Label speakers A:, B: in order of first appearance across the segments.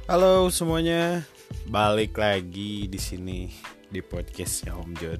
A: Halo semuanya, balik lagi di sini di podcastnya Om Jod.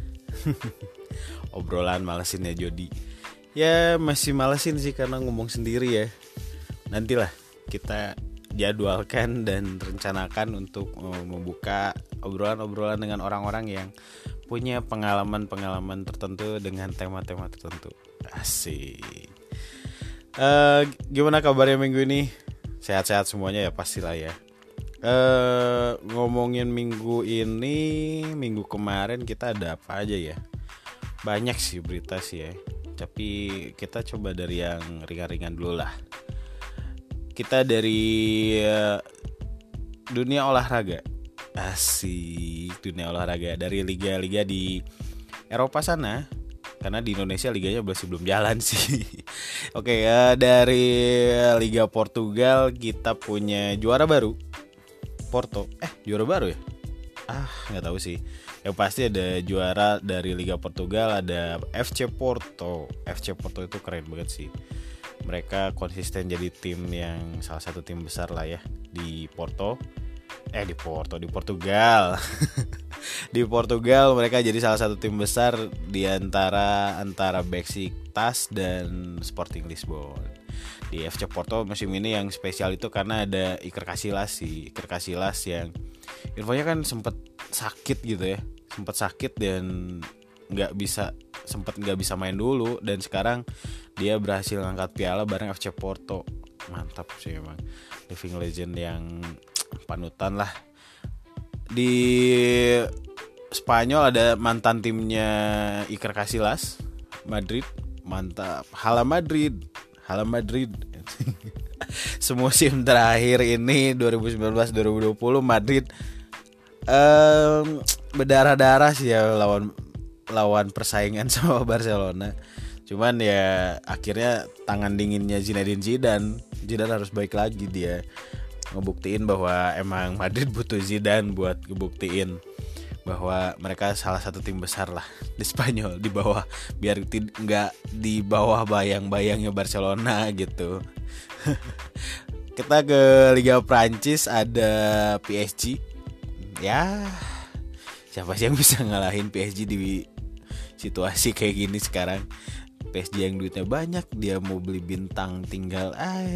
A: Obrolan malesin ya Jody. Ya masih malesin sih karena ngomong sendiri ya. Nantilah kita jadwalkan dan rencanakan untuk membuka obrolan-obrolan dengan orang-orang yang punya pengalaman-pengalaman tertentu dengan tema-tema tertentu. Asik. Gimana kabarnya minggu ini? Sehat-sehat semuanya ya pastilah ya. Ngomongin minggu ini, minggu kemarin kita ada apa aja ya? Banyak sih berita sih ya. Tapi kita coba dari yang ringan-ringan dulu lah. Kita dari dunia olahraga. Asik, dunia olahraga dari liga-liga di Eropa sana. Karena di Indonesia liganya masih belum jalan sih. Oke ya, dari Liga Portugal kita punya juara baru. Porto. Juara baru ya? Nggak tahu sih. Yang pasti ada juara dari Liga Portugal, ada FC Porto. FC Porto itu keren banget sih. Mereka konsisten jadi tim yang salah satu tim besar lah ya di Porto. Di Portugal. Di Portugal mereka jadi salah satu tim besar di antara Besiktas dan Sporting Lisbon. Di FC Porto musim ini yang spesial itu karena ada Iker Casillas sih. Iker Casillas yang infonya kan sempat sakit gitu ya. Sempat sakit dan nggak bisa main dulu, dan sekarang dia berhasil ngangkat piala bareng FC Porto. Mantap sih emang, living legend yang panutan lah. Di Spanyol ada mantan timnya Iker Casillas, Madrid. Mantap, Hala Madrid. Semusim terakhir ini 2019-2020 Madrid berdarah-darah sih ya lawan persaingan sama Barcelona. Cuman ya akhirnya tangan dinginnya Zinedine Zidane harus baik lagi, dia ngebuktiin bahwa emang Madrid butuh Zidane buat ngebuktiin bahwa mereka salah satu tim besar lah di Spanyol, di bawah, biar nggak di bawah bayang-bayangnya Barcelona gitu. Kita ke Liga Prancis, ada PSG. Ya, siapa sih yang bisa ngalahin PSG di situasi kayak gini sekarang? PSG yang duitnya banyak, dia mau beli bintang tinggal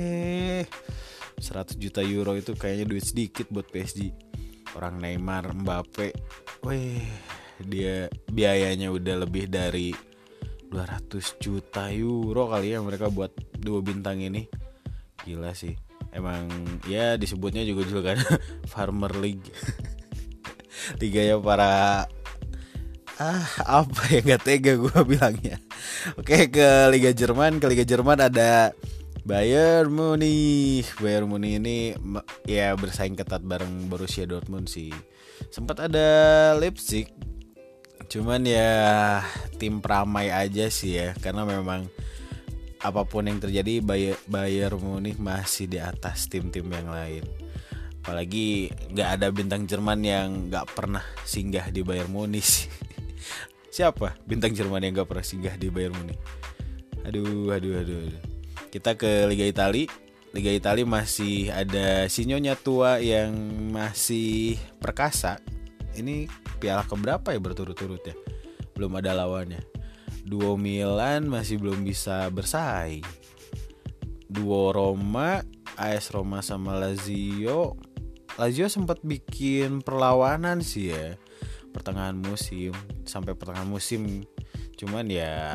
A: 100 juta euro itu kayaknya duit sedikit buat PSG. Orang Neymar, Mbappe, dia biayanya udah lebih dari 200 juta euro kali ya mereka buat dua bintang ini. Gila sih. Emang ya disebutnya juga kan Farmer League. Liganya para apa ya, nggak tega gue bilangnya. Oke, ke Liga Jerman ada Bayern Munich ini ya bersaing ketat bareng Borussia Dortmund sih. Sempat ada Leipzig, cuman ya tim peramai aja sih ya, karena memang apapun yang terjadi Bayern Munich masih di atas tim-tim yang lain. Apalagi nggak ada bintang Jerman yang nggak pernah singgah di Bayern Munich. Siapa bintang Jerman yang nggak pernah singgah di Bayern Munich? Aduh. Kita ke Liga Italia masih ada Sinyonya tua yang masih perkasa. Ini piala keberapa ya berturut-turut ya? Belum ada lawannya. Duo Milan masih belum bisa bersaing. Duo Roma, AS Roma sama Lazio sempat bikin perlawanan sih ya sampai pertengahan musim. Cuman ya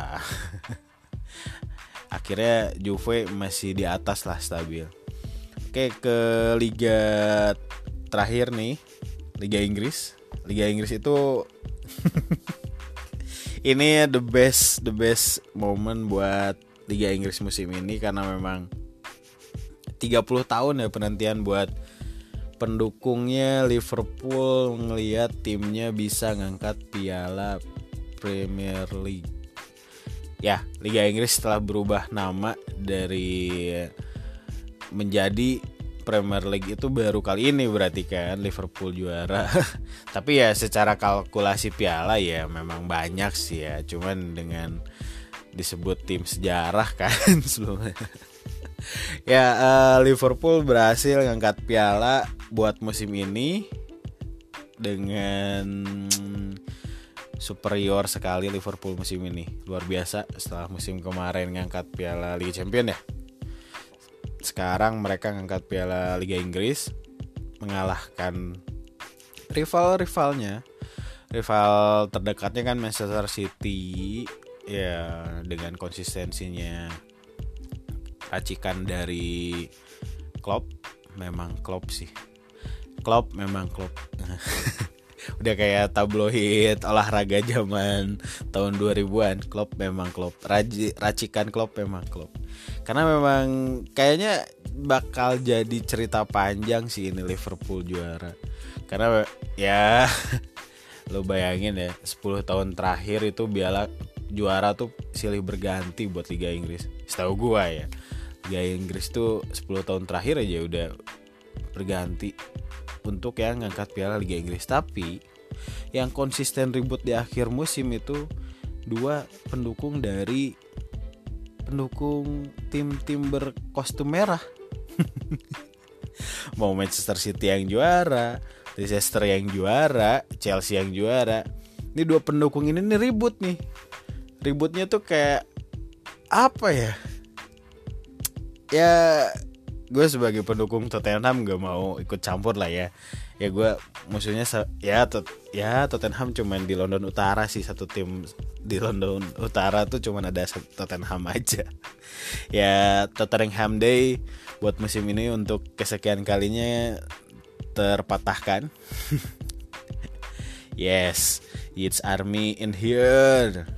A: akhirnya Juve masih di atas lah, stabil. Oke, ke liga terakhir nih, Liga Inggris itu ini the best moment buat Liga Inggris musim ini, karena memang 30 tahun ya penantian buat pendukungnya Liverpool ngelihat timnya bisa ngangkat piala Premier League. Ya, Liga Inggris setelah berubah nama dari menjadi Premier League itu baru kali ini berarti kan Liverpool juara. Tapi ya secara kalkulasi piala ya memang banyak sih ya, cuman dengan disebut tim sejarah kan sebelumnya. Ya, Liverpool berhasil ngangkat piala buat musim ini dengan superior sekali Liverpool musim ini. Luar biasa setelah musim kemarin ngangkat Piala Liga Champions ya. Sekarang mereka ngangkat Piala Liga Inggris, mengalahkan rival-rivalnya. Rival terdekatnya kan Manchester City ya, dengan konsistensinya racikan dari Klopp. Memang Klopp sih. Klopp memang Klopp. Udah kayak tabloid olahraga zaman tahun 2000-an. Klopp memang Klopp. Racikan Klopp memang Klopp. Karena memang kayaknya bakal jadi cerita panjang sih ini Liverpool juara. Karena ya lo bayangin ya, 10 tahun terakhir itu juara tuh silih berganti buat Liga Inggris. Setahu gua ya, Liga Inggris tuh 10 tahun terakhir aja udah berganti untuk yang ngangkat Piala Liga Inggris. Tapi yang konsisten ribut di akhir musim itu dua pendukung tim-tim berkostum merah. Mau Manchester City yang juara, Leicester yang juara, Chelsea yang juara. Ini dua pendukung ini nih ribut nih. Ributnya tuh kayak apa ya? Ya gue sebagai pendukung Tottenham gak mau ikut campur lah ya. Ya gue musuhnya Tottenham cuman di London Utara sih, satu tim di London Utara tuh cuman ada Tottenham aja. Ya Tottenham Day buat musim ini untuk kesekian kalinya terpatahkan. Yes, it's army in here.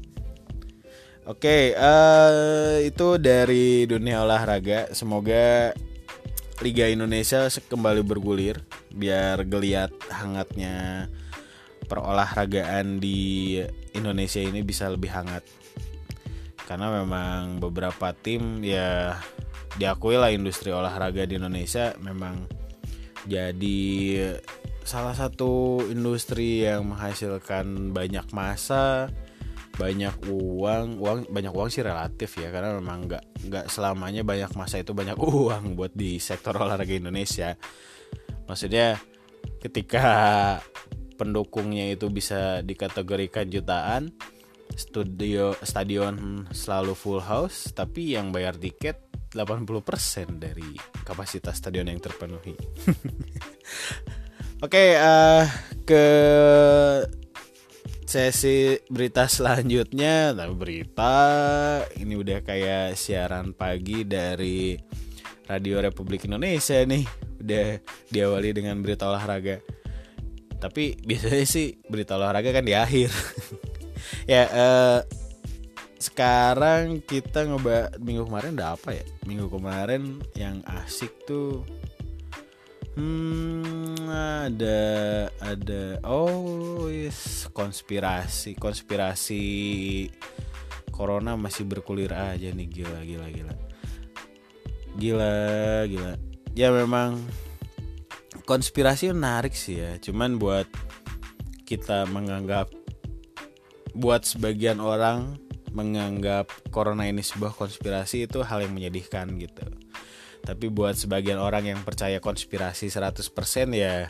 A: Oke, itu dari dunia olahraga. Semoga Liga Indonesia kembali bergulir biar geliat hangatnya perolahragaan di Indonesia ini bisa lebih hangat. Karena memang beberapa tim ya diakui lah, industri olahraga di Indonesia memang jadi salah satu industri yang menghasilkan banyak massa, banyak uang sih relatif ya, karena memang nggak selamanya banyak massa itu banyak uang buat di sektor olahraga Indonesia. Maksudnya ketika pendukungnya itu bisa dikategorikan jutaan, stadion selalu full house, tapi yang bayar tiket 80% dari kapasitas stadion yang terpenuhi. Oke, ke sesi berita selanjutnya. Nah, berita ini udah kayak siaran pagi dari Radio Republik Indonesia nih. Udah diawali dengan berita olahraga. Tapi biasanya sih berita olahraga kan di akhir. Ya, sekarang kita minggu kemarin udah apa ya? Minggu kemarin yang asik tuh ada konspirasi corona masih bergulir aja nih. Gila. Ya memang konspirasi menarik sih ya. Cuman buat sebagian orang menganggap corona ini sebuah konspirasi itu hal yang menyedihkan gitu. Tapi buat sebagian orang yang percaya konspirasi 100% ya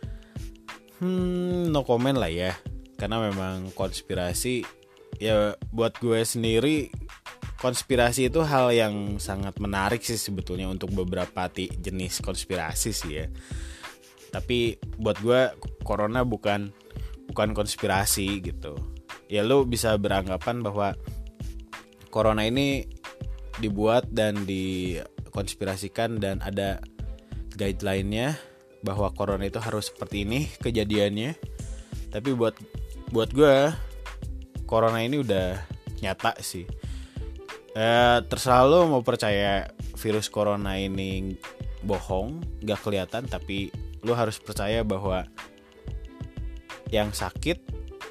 A: no comment lah ya. Karena memang konspirasi, ya buat gue sendiri konspirasi itu hal yang sangat menarik sih sebetulnya untuk beberapa jenis konspirasi sih ya. Tapi buat gue corona bukan konspirasi gitu. Ya lu bisa beranggapan bahwa corona ini dibuat dan dikonspirasikan dan ada guideline-nya bahwa corona itu harus seperti ini kejadiannya. Tapi buat gue corona ini udah nyata sih. Terserah lo mau percaya virus corona ini bohong, gak kelihatan, tapi lo harus percaya bahwa yang sakit,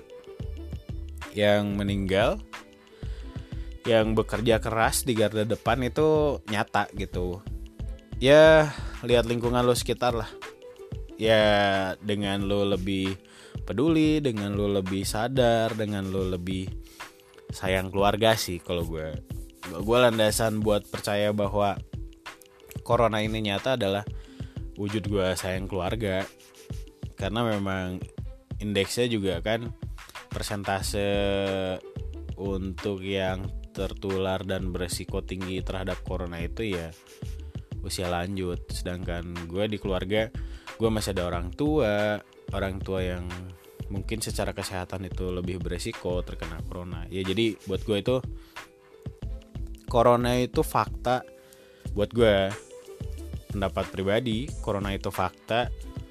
A: yang meninggal, yang bekerja keras di garda depan itu nyata gitu. Ya lihat lingkungan lo sekitar lah. Ya dengan lo lebih peduli, dengan lo lebih sadar, dengan lo lebih sayang keluarga sih kalau gue landasan buat percaya bahwa corona ini nyata adalah wujud gue sayang keluarga. Karena memang indeksnya juga kan persentase untuk yang tertular dan beresiko tinggi terhadap corona itu ya usia lanjut. Sedangkan gue di keluarga gue masih ada orang tua yang mungkin secara kesehatan itu lebih beresiko terkena corona. Ya jadi buat gue itu corona itu fakta. Buat gue, pendapat pribadi, corona itu fakta,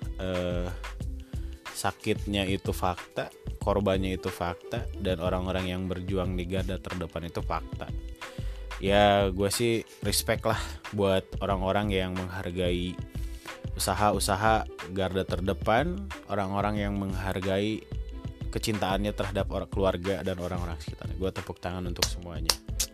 A: sakitnya itu fakta, korbannya itu fakta, dan orang-orang yang berjuang di garda terdepan itu fakta. Ya gue sih respect lah buat orang-orang yang menghargai usaha-usaha garda terdepan, orang-orang yang menghargai kecintaannya terhadap keluarga dan orang-orang sekitar. Gue tepuk tangan untuk semuanya.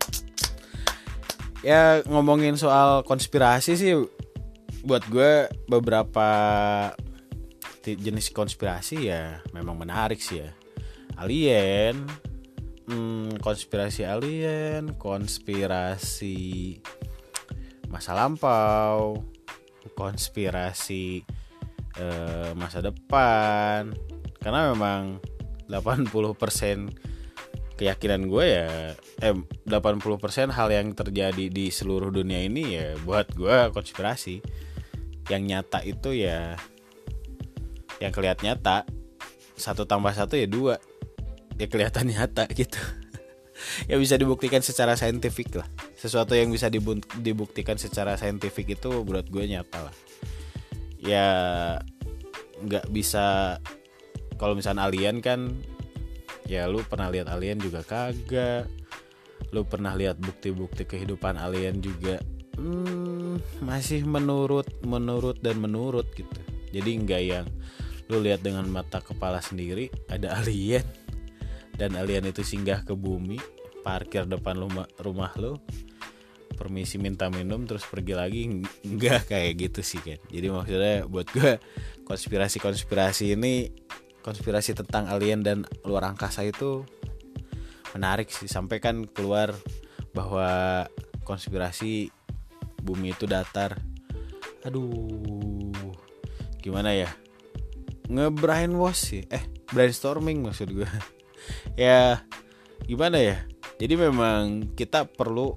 A: Ya ngomongin soal konspirasi sih, buat gue beberapa jenis konspirasi ya memang menarik sih ya. Alien, konspirasi alien, konspirasi masa lampau, konspirasi masa depan. Karena memang 80% keyakinan gue ya 80% hal yang terjadi di seluruh dunia ini ya buat gue konspirasi. Yang nyata itu ya yang kelihatan nyata, 1 tambah 1 ya 2, ya kelihatan nyata gitu. Ya bisa dibuktikan secara saintifik lah. Sesuatu yang bisa dibuktikan secara saintifik itu menurut gue nyata lah. Ya nggak bisa. Kalau misalnya alien kan, ya lu pernah lihat alien juga kagak. Lu pernah lihat bukti-bukti kehidupan alien juga masih menurut gitu. Jadi nggak yang lu lihat dengan mata kepala sendiri ada alien dan alien itu singgah ke bumi, parkir depan rumah lu, permisi minta minum terus pergi lagi. Nggak kayak gitu sih kan. Jadi maksudnya buat gue konspirasi ini, konspirasi tentang alien dan luar angkasa itu menarik sih. Sampai kan keluar bahwa konspirasi bumi itu datar. Aduh, gimana ya, nge-brainwash sih, brainstorming maksud gue. Ya gimana ya, jadi memang kita perlu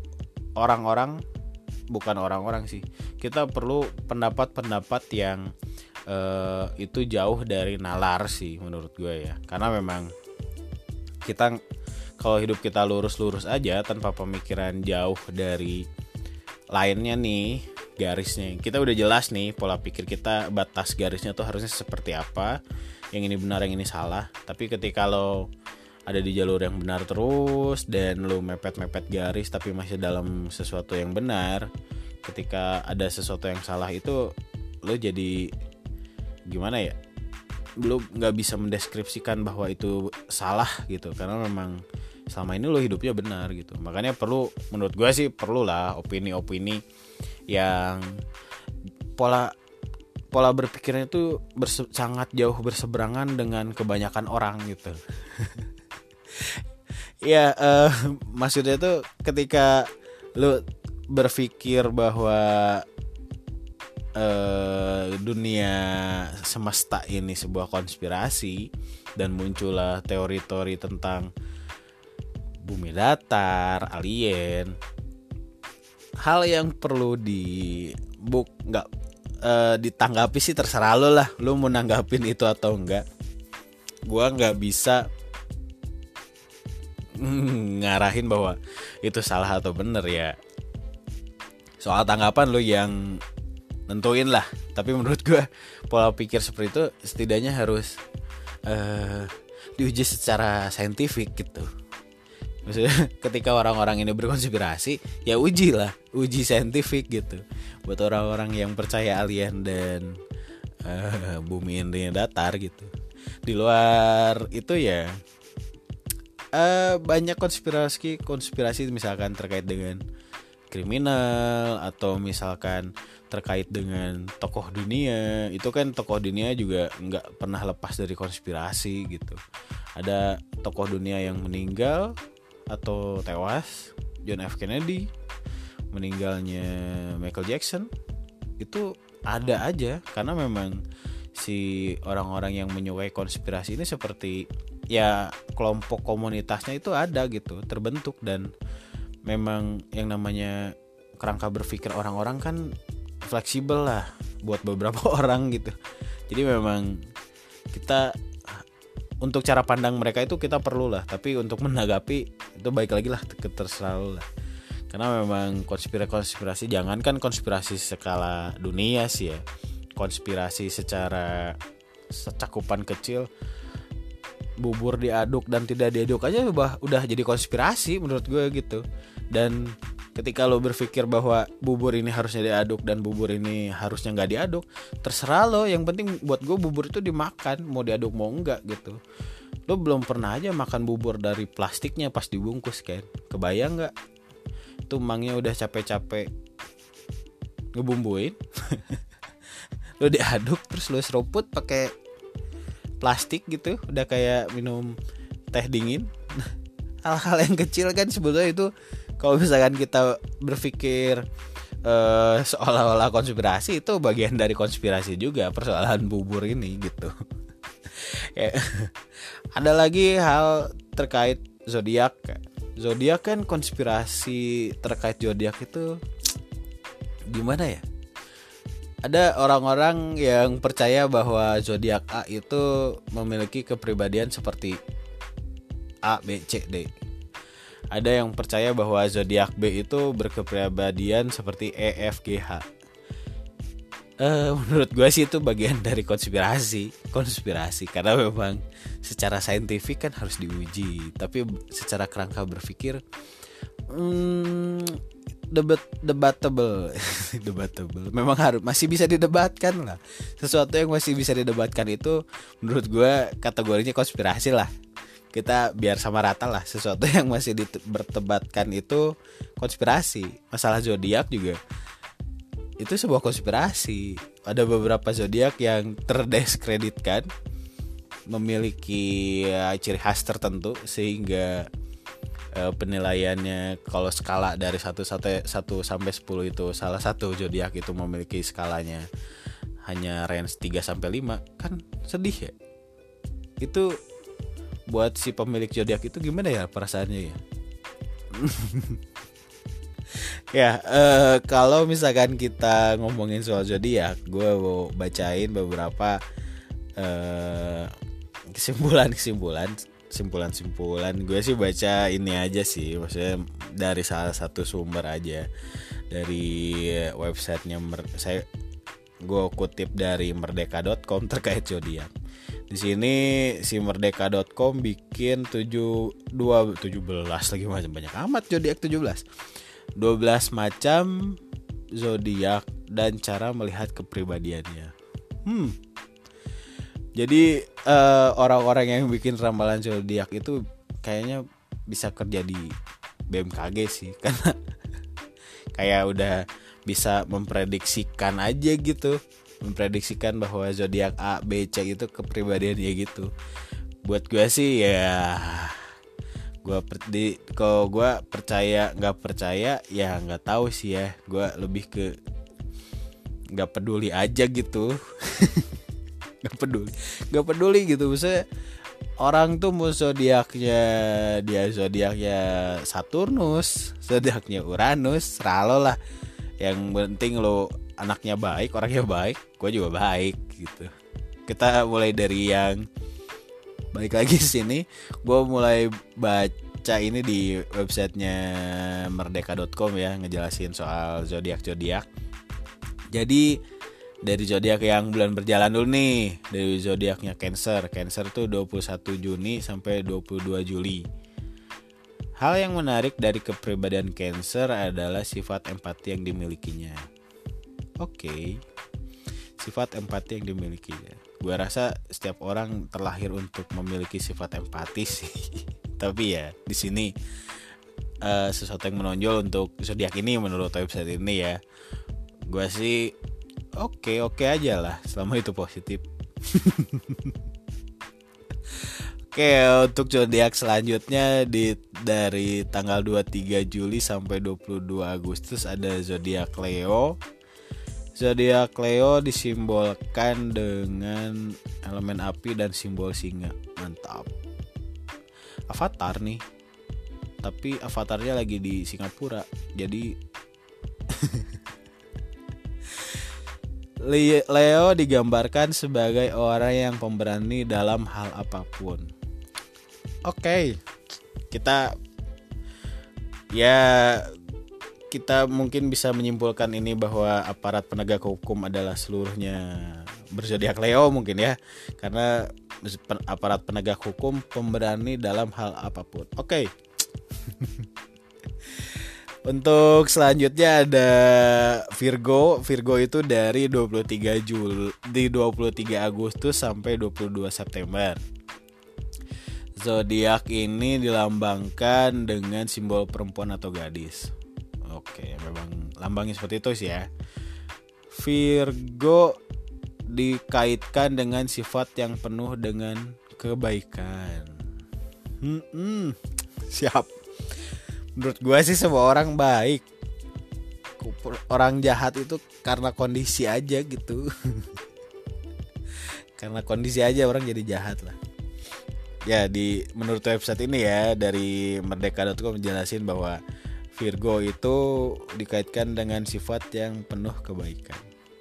A: kita perlu pendapat-pendapat yang itu jauh dari nalar sih menurut gue ya. Karena memang kita kalau hidup kita lurus-lurus aja tanpa pemikiran jauh dari lainnya nih, garisnya kita udah jelas nih, pola pikir kita, batas garisnya tuh harusnya seperti apa, yang ini benar yang ini salah. Tapi ketika lo ada di jalur yang benar terus dan lo mepet-mepet garis tapi masih dalam sesuatu yang benar, ketika ada sesuatu yang salah itu lo jadi gimana ya, lo nggak bisa mendeskripsikan bahwa itu salah gitu. Karena memang selama ini lo hidupnya benar gitu. Makanya menurut gue sih perlulah opini-opini yang pola berpikirnya itu sangat jauh berseberangan dengan kebanyakan orang gitu. Ya maksudnya tuh ketika lo berpikir bahwa dunia semesta ini sebuah konspirasi dan muncullah teori-teori tentang bumi datar, alien, hal yang perlu ditanggapi sih terserah lo lah, lo mau nanggapin itu atau enggak. Gua nggak bisa ngarahin bahwa itu salah atau bener ya. Soal tanggapan lo yang nentuin lah. Tapi menurut gua pola pikir seperti itu setidaknya harus diuji secara saintifik gitu. Maksudnya ketika orang-orang ini berkonspirasi, ya uji saintifik gitu. Buat orang-orang yang percaya alien dan bumi ini datar gitu. Di luar itu ya banyak konspirasi misalkan terkait dengan kriminal atau misalkan terkait dengan tokoh dunia. Itu kan tokoh dunia juga nggak pernah lepas dari konspirasi gitu. Ada tokoh dunia yang meninggal atau tewas, John F. Kennedy, meninggalnya Michael Jackson, itu ada aja, karena memang si orang-orang yang menyukai konspirasi ini seperti ya kelompok komunitasnya itu ada gitu, terbentuk. Dan memang yang namanya kerangka berpikir orang-orang kan fleksibel lah buat beberapa orang gitu. Jadi memang kita untuk cara pandang mereka itu kita perlu lah, tapi untuk menanggapi itu baik lagi lah terserah lu lah. Karena memang konspirasi jangankan konspirasi skala dunia sih ya, konspirasi secara cakupan kecil, bubur diaduk dan tidak diaduk aja udah jadi konspirasi menurut gue gitu. Dan ketika lo berpikir bahwa bubur ini harusnya diaduk dan bubur ini harusnya nggak diaduk, terserah lo. Yang penting buat gue bubur itu dimakan, mau diaduk mau enggak gitu. Lo belum pernah aja makan bubur dari plastiknya pas dibungkus kan? Kebayang nggak? Itu emangnya udah capek-capek ngebumbuin, lo diaduk terus lo seruput pakai plastik gitu, udah kayak minum teh dingin. Hal-hal yang kecil kan sebetulnya itu, kalau misalkan kita berpikir seolah-olah konspirasi, itu bagian dari konspirasi juga persoalan bubur ini gitu. Ada lagi hal terkait zodiak. Zodiak kan, konspirasi terkait zodiak itu gimana ya? Ada orang-orang yang percaya bahwa zodiak A itu memiliki kepribadian seperti A, B, C, D. Ada yang percaya bahwa zodiak B itu berkepribadian seperti E, F, G, H. Menurut gue sih itu bagian dari konspirasi karena memang secara saintifik kan harus diuji, tapi secara kerangka berpikir debatable. Memang masih bisa didebatkan lah. Sesuatu yang masih bisa didebatkan itu menurut gue kategorinya konspirasi lah. Kita biar sama rata lah, sesuatu yang masih diperdebatkan itu konspirasi. Masalah zodiak juga itu sebuah konspirasi. Ada beberapa zodiak yang terdiskreditkan, memiliki ciri khas tertentu sehingga penilaiannya kalau skala dari 1 sampai 10 itu salah satu zodiak itu memiliki skalanya hanya range 3 sampai 5, kan sedih ya. Itu buat si pemilik zodiak itu gimana ya perasaannya ya? Ya, kalau misalkan kita ngomongin soal zodiak, gue mau bacain beberapa kesimpulan. Gue sih baca ini aja sih, maksudnya dari salah satu sumber aja, dari websitenya gue kutip dari merdeka.com terkait zodiak. Di sini si merdeka.com bikin 17 lagi, macam banyak amat zodiak, 12 macam zodiak dan cara melihat kepribadiannya. Jadi orang-orang yang bikin ramalan zodiak itu kayaknya bisa kerja di BMKG sih, karena kayak udah bisa memprediksikan aja gitu, memprediksikan bahwa zodiak A, B, C itu kepribadiannya gitu. Buat gue sih ya, kalau gue percaya nggak percaya ya nggak tahu sih ya. Gue lebih ke nggak peduli aja gitu. nggak peduli gitu. Maksudnya orang tuh mau zodiaknya dia zodiaknya Saturnus, zodiaknya Uranus, ralo lah. Yang penting lo anaknya baik, orangnya baik, gue juga baik gitu. Kita mulai dari yang balik lagi sini, gue mulai baca ini di websitenya merdeka.com ya, ngejelasin soal zodiak. Jadi dari zodiak yang bulan berjalan dulu nih, dari zodiaknya Cancer tuh 21 Juni sampai 22 Juli. Hal yang menarik dari kepribadian Cancer adalah sifat empati yang dimilikinya. Oke. Sifat empati yang dimilikinya. Gue rasa setiap orang terlahir untuk memiliki sifat empati sih. Tapi ya di sini sesuatu yang menonjol untuk zodiak ini menurut website ini ya. Gue sih oke aja lah selama itu positif. Oke, untuk zodiak selanjutnya dari tanggal 23 Juli sampai 22 Agustus ada zodiak Leo. Zodiak Leo disimbolkan dengan elemen api dan simbol singa. Mantap. Avatar nih. Tapi avatarnya lagi di Singapura. Jadi Leo digambarkan sebagai orang yang pemberani dalam hal apapun. Oke. Kita mungkin bisa menyimpulkan ini bahwa aparat penegak hukum adalah seluruhnya berzodiak Leo mungkin ya. Karena aparat penegak hukum pemberani dalam hal apapun. Oke. Untuk selanjutnya ada Virgo. Virgo itu dari 23 Agustus sampai 22 September. Zodiak ini dilambangkan dengan simbol perempuan atau gadis. Oke, memang lambangnya seperti itu sih ya. Virgo dikaitkan dengan sifat yang penuh dengan kebaikan. Siap. Menurut gue sih semua orang baik. Orang jahat itu karena kondisi aja gitu. Karena kondisi aja orang jadi jahat lah. Ya menurut website ini ya dari merdeka.com menjelasin bahwa Virgo itu dikaitkan dengan sifat yang penuh kebaikan.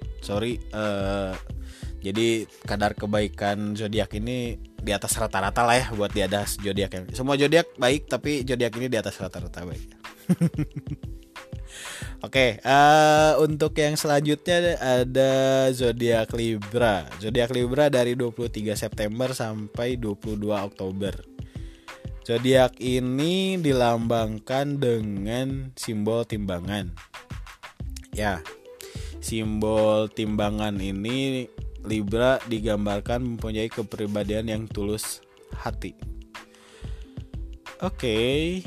A: Jadi kadar kebaikan zodiak ini di atas rata-rata lah ya buat di atas zodiak yang semua zodiak baik, tapi zodiak ini di atas rata-rata baik. Oke, untuk yang selanjutnya ada zodiak Libra. Zodiak Libra dari 23 September sampai 22 Oktober. Zodiak ini dilambangkan dengan simbol timbangan. Ya, simbol timbangan ini Libra digambarkan mempunyai kepribadian yang tulus hati. Oke.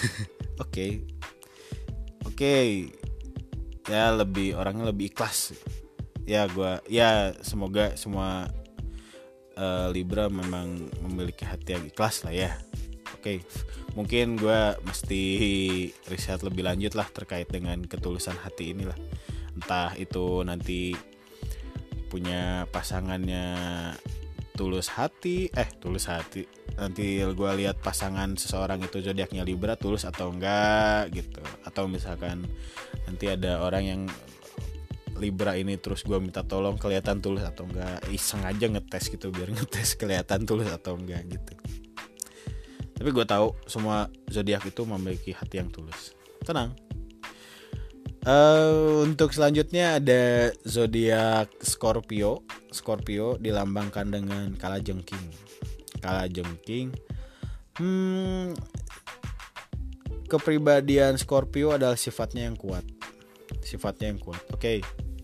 A: Ya orangnya lebih ikhlas. Semoga semua Libra memang memiliki hati yang ikhlas lah ya. Oke. Mungkin gue mesti riset lebih lanjut lah terkait dengan ketulusan hati inilah. Entah itu nanti punya pasangannya tulus hati. Nanti gue lihat pasangan seseorang itu zodiaknya Libra tulus atau enggak gitu. Atau misalkan nanti ada orang yang Libra ini terus gue minta tolong kelihatan tulus atau enggak, iseng aja ngetes gitu biar ngetes kelihatan tulus atau enggak gitu. Tapi gue tahu semua zodiak itu memiliki hati yang tulus. Tenang. Untuk selanjutnya ada zodiak Scorpio. Scorpio dilambangkan dengan kalajengking. Kepribadian Scorpio adalah sifatnya yang kuat. Oke.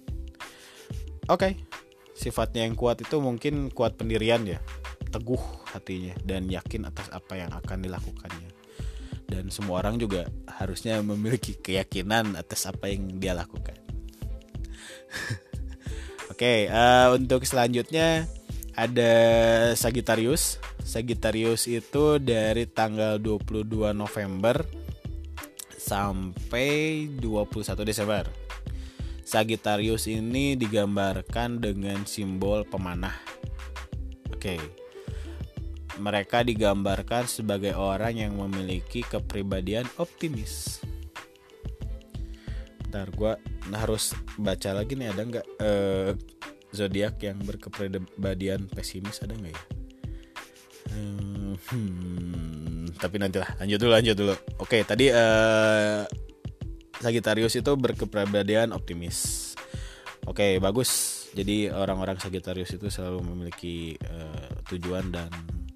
A: Sifatnya yang kuat itu mungkin kuat pendirian ya. Teguh hatinya dan yakin atas apa yang akan dilakukannya. Dan semua orang juga harusnya memiliki keyakinan atas apa yang dia lakukan. Oke, untuk selanjutnya ada Sagittarius. Sagittarius itu dari tanggal 22 November sampai 21 Desember. Sagittarius ini digambarkan dengan simbol pemanah. Oke. Mereka digambarkan sebagai orang yang memiliki kepribadian optimis. Bentar, gue harus baca lagi nih, ada nggak zodiak yang berkepribadian pesimis, ada nggak ya? Tapi nantilah, lanjut dulu. Oke, tadi Sagittarius itu berkepribadian optimis. Oke, bagus. Jadi orang-orang Sagittarius itu selalu memiliki tujuan dan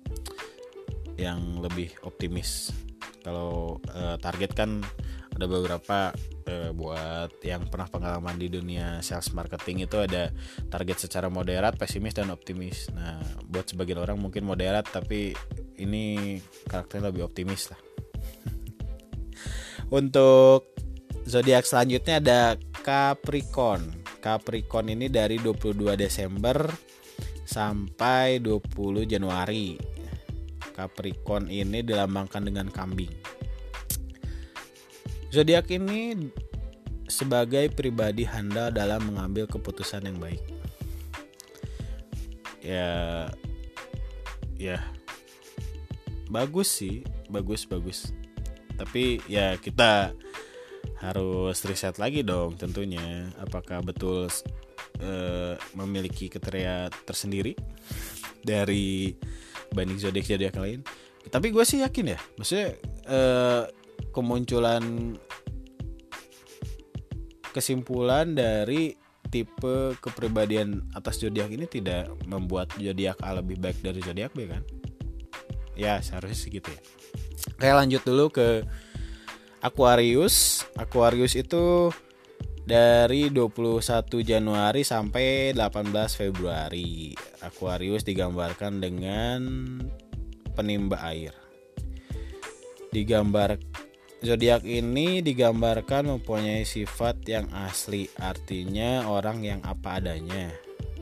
A: yang lebih optimis. Kalau target kan ada beberapa buat yang pernah pengalaman di dunia sales marketing itu ada target secara moderat, pesimis dan optimis. Nah, buat sebagian orang mungkin moderat, tapi ini karakternya lebih optimis lah. Untuk zodiak selanjutnya ada Capricorn. Capricorn ini dari 22 Desember sampai 20 Januari. Capricorn ini dilambangkan dengan kambing. Zodiak ini sebagai pribadi handal dalam mengambil keputusan yang baik. Ya bagus sih, bagus. Tapi ya kita harus riset lagi dong tentunya, apakah betul memiliki kriteria tersendiri dari banding zodiak lain. Tapi gue sih yakin ya, maksudnya kemunculan kesimpulan dari tipe kepribadian atas zodiak ini tidak membuat zodiak A lebih baik dari zodiak B kan? Ya seharusnya sih gitu ya. Oke, lanjut dulu ke Aquarius. Aquarius itu dari 21 Januari sampai 18 Februari. Aquarius digambarkan dengan penimba air. Zodiak ini digambarkan mempunyai sifat yang asli, artinya orang yang apa adanya.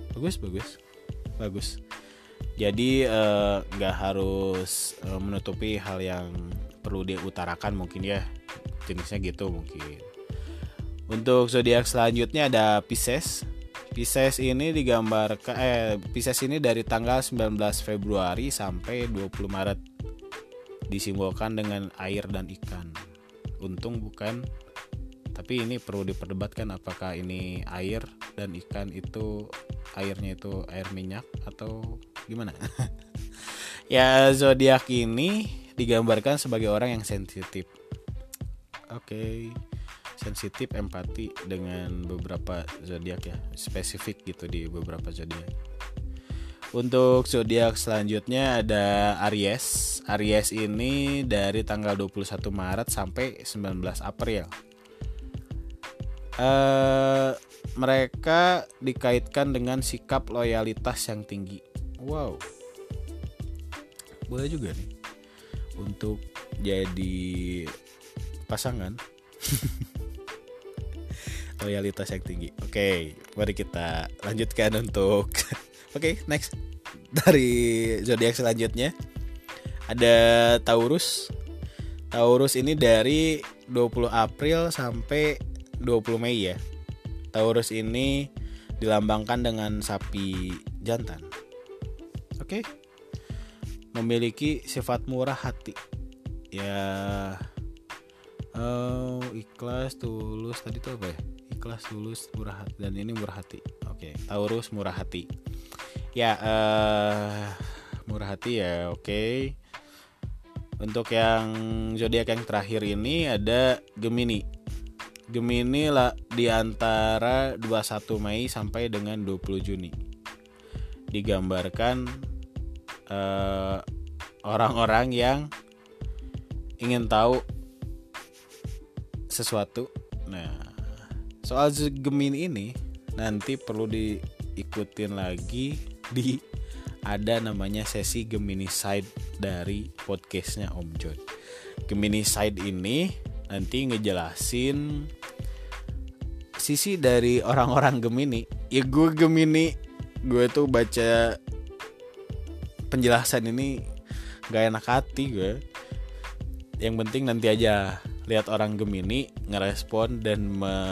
A: Bagus. Jadi nggak harus menutupi hal yang perlu diutarakan mungkin ya, jenisnya gitu mungkin. Untuk zodiak selanjutnya ada Pisces. Pisces ini Pisces ini dari tanggal 19 Februari sampai 20 Maret. Disimbolkan dengan air dan ikan. Untung bukan, tapi ini perlu diperdebatkan apakah ini air dan ikan itu airnya itu air minyak atau gimana. Ya, zodiak ini digambarkan sebagai orang yang sensitif. Oke. Sensitif, empati dengan beberapa zodiak ya, spesifik gitu di beberapa zodiak. Untuk zodiak selanjutnya ada Aries. Aries ini dari tanggal 21 Maret sampai 19 April. Mereka dikaitkan dengan sikap loyalitas yang tinggi. Wow. Boleh juga nih untuk jadi pasangan. Loyalitas yang tinggi. Oke, mari kita lanjutkan untuk Oke, next. Dari zodiak selanjutnya ada Taurus. Taurus ini dari 20 April sampai 20 Mei ya. Taurus ini dilambangkan dengan sapi jantan. Oke. Memiliki sifat murah hati. Ya. Ikhlas, tulus, tadi tuh apa ya? Ikhlas, tulus, murah hati, dan ini murah hati. Oke, Taurus murah hati. Ya, murah hati ya, oke. Untuk yang zodiak yang terakhir ini ada Gemini. Gemini lah di antara 21 Mei sampai dengan 20 Juni. Digambarkan orang-orang yang ingin tahu sesuatu. Nah, soal Gemini ini nanti perlu diikutin lagi di ada namanya sesi Gemini Side dari podcastnya Om Jod. Gemini Side ini nanti ngejelasin sisi dari orang-orang Gemini. Ya gue Gemini, gue tuh baca penjelasan ini gak enak hati gue. Yang penting nanti aja lihat orang Gemini ngerespon dan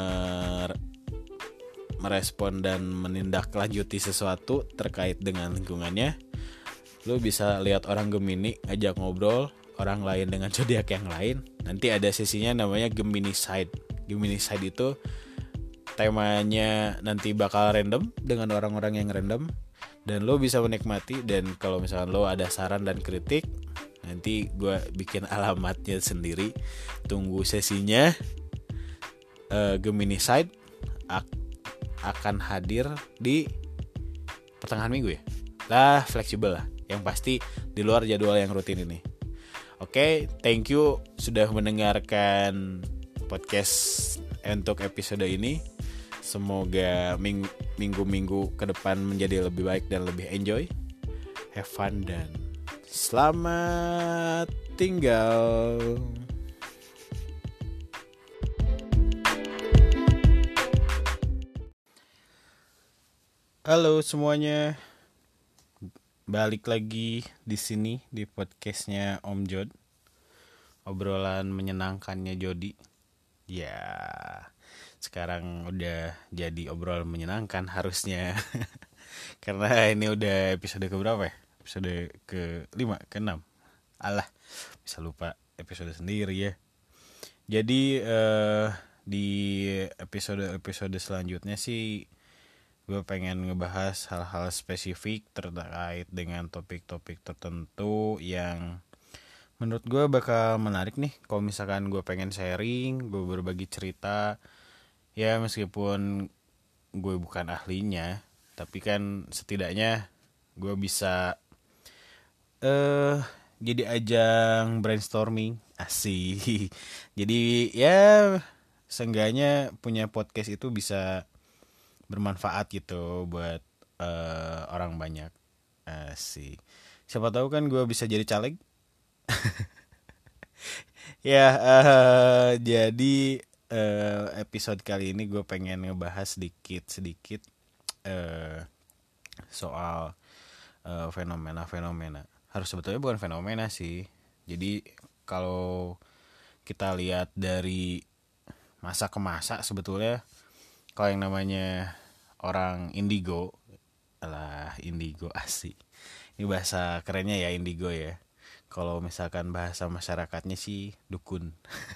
A: merespon dan menindaklanjuti sesuatu terkait dengan lingkungannya. Lu bisa lihat orang Gemini ajak ngobrol orang lain dengan zodiak yang lain. Nanti ada sesinya namanya Gemini Side. Gemini Side itu temanya nanti bakal random dengan orang-orang yang random, dan lo bisa menikmati. Dan kalau misalnya lo ada saran dan kritik, nanti gue bikin alamatnya sendiri. Tunggu sesinya. Gemini Side akan hadir di pertengahan minggu ya. Lah, fleksibel lah. Yang pasti di luar jadwal yang rutin ini. Oke, thank you sudah mendengarkan podcast untuk episode ini. Semoga minggu-minggu ke depan menjadi lebih baik dan lebih enjoy. Have fun dan selamat tinggal. Halo semuanya, balik lagi di sini di podcastnya Om Jod, obrolan menyenangkannya Jody. Ya, sekarang udah jadi obrolan menyenangkan harusnya. Karena ini udah episode keberapa ya? Episode ke-5, ke-6. Alah, bisa lupa episode sendiri ya. Jadi di episode selanjutnya sih gue pengen ngebahas hal-hal spesifik terkait dengan topik-topik tertentu yang menurut gue bakal menarik nih. Kalau misalkan gue pengen sharing, gue berbagi cerita, ya meskipun gue bukan ahlinya, tapi kan setidaknya gue bisa jadi ajang brainstorming asik. Jadi ya seenggaknya punya podcast itu bisa bermanfaat gitu buat orang banyak. Asik. Siapa tahu kan gue bisa jadi caleg. Ya, jadi episode kali ini gue pengen ngebahas sedikit eh, soal fenomena-fenomena. Harus sebetulnya bukan fenomena sih. Jadi kalau kita lihat dari masa ke masa sebetulnya, kalau yang namanya orang indigo, alah indigo asik. Ini bahasa kerennya ya indigo ya. Kalau misalkan bahasa masyarakatnya sih dukun.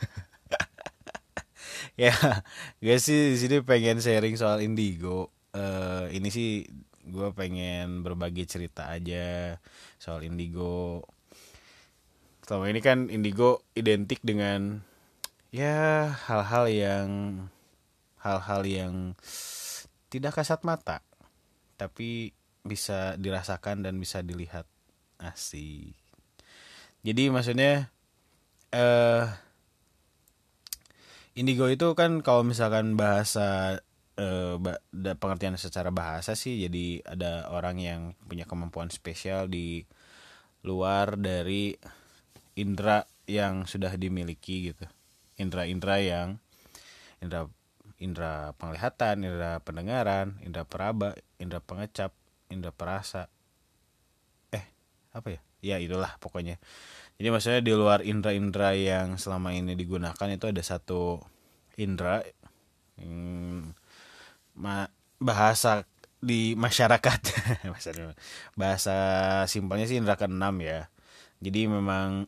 A: Ya, gue sih di sini pengen sharing soal indigo. Ini sih gue pengen berbagi cerita aja soal indigo. Selama ini kan indigo identik dengan ya hal-hal yang tidak kasat mata, tapi bisa dirasakan dan bisa dilihat. Asik. Jadi maksudnya eh indigo itu kan kalau misalkan bahasa pengertian secara bahasa sih, jadi ada orang yang punya kemampuan spesial di luar dari indera yang sudah dimiliki gitu. Indera-indera yang indera indera penglihatan, indera pendengaran, indera peraba, indera pengecap, indera perasa. Apa ya? Ya itulah pokoknya. Jadi maksudnya di luar indera-indera yang selama ini digunakan itu ada satu indera, bahasa di masyarakat bahasa simpelnya sih indera keenam ya. Jadi memang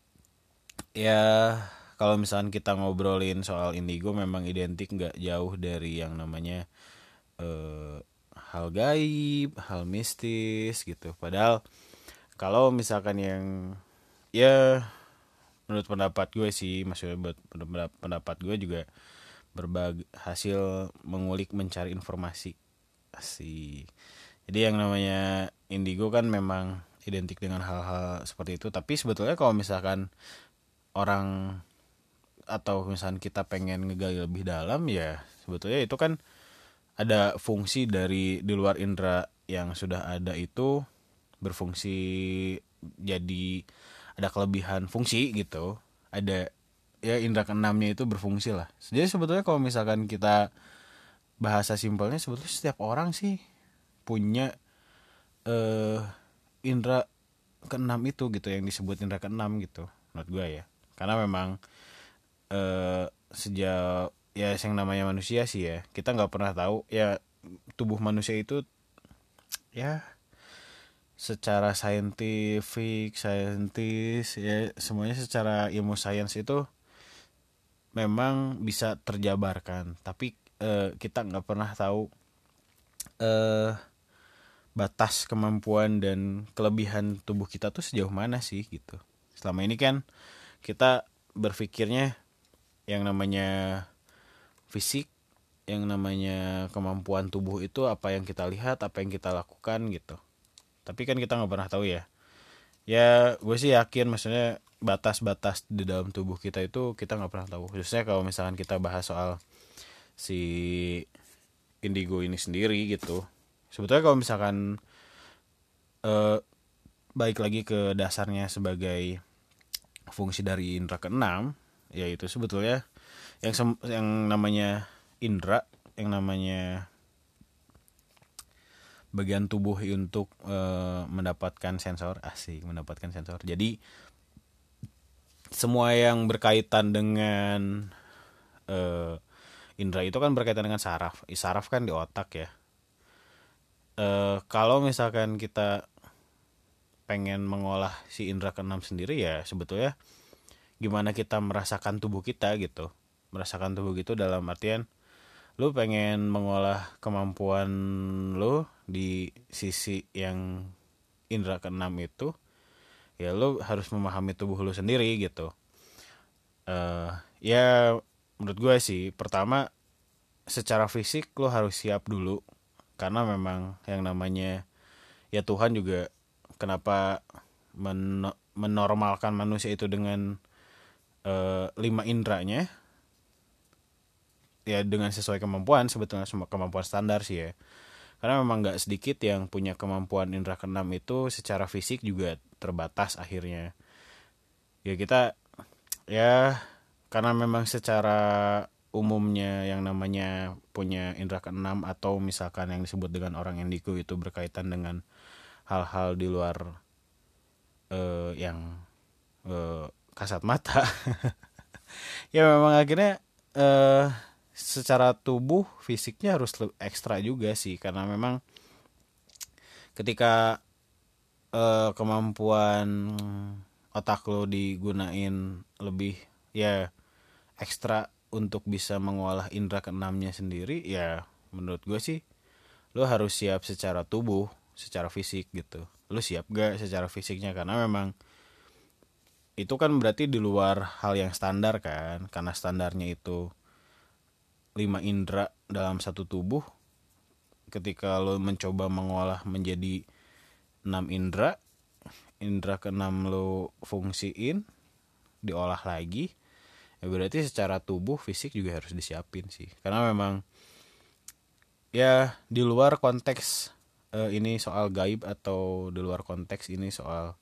A: ya kalau misalkan kita ngobrolin soal indigo memang identik nggak jauh dari yang namanya hal gaib, hal mistis gitu. Padahal kalau misalkan yang ya menurut pendapat gue sih, maksudnya buat pendapat gue juga berbagai hasil mengulik mencari informasi asik. Jadi yang namanya indigo kan memang identik dengan hal-hal seperti itu. Tapi sebetulnya kalau misalkan orang atau misalkan kita pengen ngegali lebih dalam ya sebetulnya itu kan ada fungsi dari di luar indera yang sudah ada itu berfungsi, jadi ada kelebihan fungsi gitu. Ada ya indera keenamnya itu berfungsi lah. Jadi sebetulnya kalau misalkan kita bahasa simpelnya sebetulnya setiap orang sih punya indera keenam itu gitu, yang disebut indera keenam gitu menurut gue ya. Karena memang sejak ya yang namanya manusia sih ya, kita nggak pernah tahu ya tubuh manusia itu ya secara saintis ya, semuanya secara ilmu sains itu memang bisa terjabarkan, tapi kita nggak pernah tahu batas kemampuan dan kelebihan tubuh kita tuh sejauh mana sih gitu. Selama ini kan kita berpikirnya yang namanya fisik, yang namanya kemampuan tubuh itu apa yang kita lihat, apa yang kita lakukan gitu. Tapi kan kita nggak pernah tahu ya. Ya gue sih yakin maksudnya batas-batas di dalam tubuh kita itu kita nggak pernah tahu. Khususnya kalau misalkan kita bahas soal si indigo ini sendiri gitu. Sebetulnya kalau misalkan balik lagi ke dasarnya sebagai fungsi dari indera keenam, yaitu sebetulnya yang namanya indera, yang namanya bagian tubuh untuk mendapatkan sensor mendapatkan sensor. Jadi semua yang berkaitan dengan indra itu kan berkaitan dengan saraf. Saraf kan di otak ya. Kalau misalkan kita pengen mengolah si indra keenam sendiri, ya sebetulnya gimana kita merasakan tubuh kita gitu. Merasakan tubuh gitu dalam artian lu pengen mengolah kemampuan lu di sisi yang indra keenam itu, ya lu harus memahami tubuh lu sendiri gitu. Ya menurut gue sih pertama secara fisik lu harus siap dulu, karena memang yang namanya ya Tuhan juga kenapa menormalkan manusia itu dengan 5 indranya, ya dengan sesuai kemampuan, sebetulnya semua kemampuan standar sih ya, karena memang nggak sedikit yang punya kemampuan indra keenam itu secara fisik juga terbatas akhirnya. Ya kita ya karena memang secara umumnya yang namanya punya indra keenam atau misalkan yang disebut dengan orang indigo itu berkaitan dengan hal-hal di luar yang kasat mata. Ya memang akhirnya secara tubuh fisiknya harus ekstra juga sih, karena memang ketika kemampuan otak lo digunain lebih ya ekstra untuk bisa mengolah indera keenamnya sendiri, ya menurut gue sih lo harus siap secara tubuh, secara fisik gitu. Lo siap gak secara fisiknya, karena memang itu kan berarti di luar hal yang standar kan, karena standarnya itu 5 indera dalam satu tubuh. Ketika lo mencoba mengolah menjadi 6 indera, indera keenam lo fungsiin, diolah lagi, ya berarti secara tubuh fisik juga harus disiapin sih, karena memang ya di luar konteks ini soal gaib, atau di luar konteks ini soal